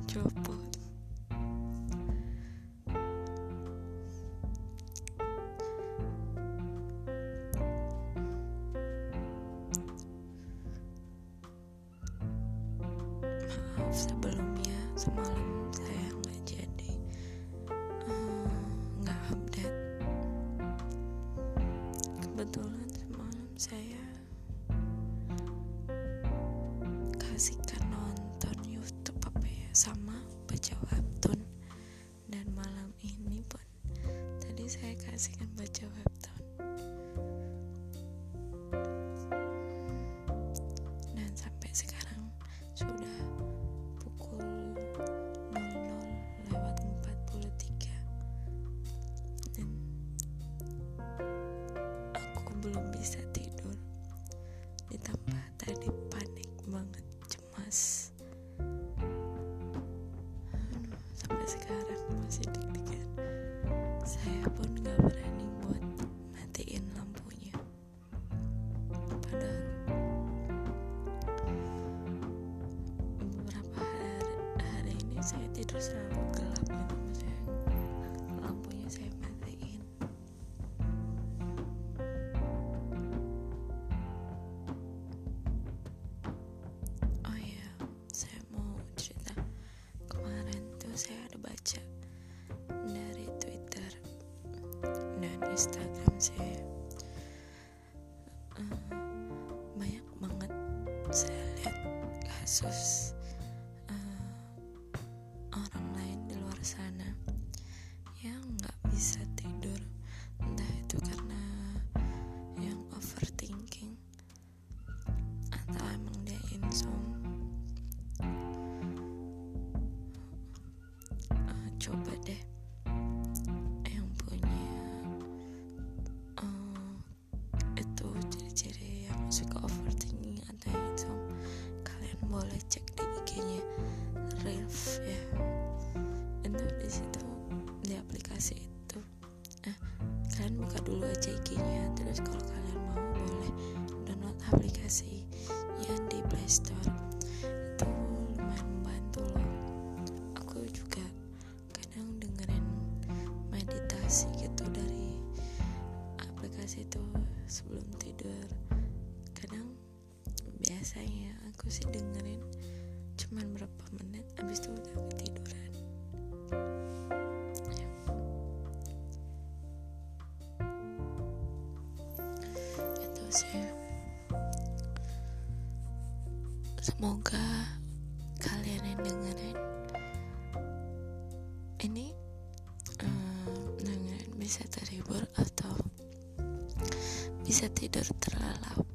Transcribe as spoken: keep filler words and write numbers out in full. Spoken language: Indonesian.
copot. Maaf sebelumnya, semalam saya nggak jadi eh, nggak update. Kebetulan semalam saya kasihkan nonton YouTube apa ya, sama baca webtoon. Dan malam ini pun tadi saya kasihkan baca webtoon. Dan sampai sekarang sudah pukul nol nol lewat empat puluh tiga dan aku belum bisa tidur, ditambah tadi panik banget, cemas. Aduh, sampai sekarang masih deg-degan. Saya pun gak berani buat matiin lampunya, padahal beberapa hari, hari ini saya tidur selalu gelap gitu. Maksudnya lampunya saya matiin. Oh iya, saya mau cerita. Kemarin tuh saya ada baca dari Twitter dan Instagram saya, uh, banyak banget saya lihat kasus uh, orang lain di luar sana yang nggak bisa tidur, entah itu karena yang overthinking atau emang dia insomnia. Uh, coba deh yang punya uh, itu ciri-ciri yang suka overthinking atau yang insomnia, kalian boleh cek di I G-nya Rilf ya. Itu di situ di aplikasi itu. Nah, kalian buka dulu aja I G-nya, terus kalau kalian mau boleh download aplikasi yang di Play Store. Itu lumayan membantu loh. Aku juga kadang dengerin meditasi gitu dari aplikasi itu sebelum tidur. Kadang biasanya aku sih dengerin cuman berapa menit, abis itu udah ketiduran. Ya. Itu sih. Semoga kalian yang dengerin ini um, dengerin bisa terhibur atau bisa tidur terlelap.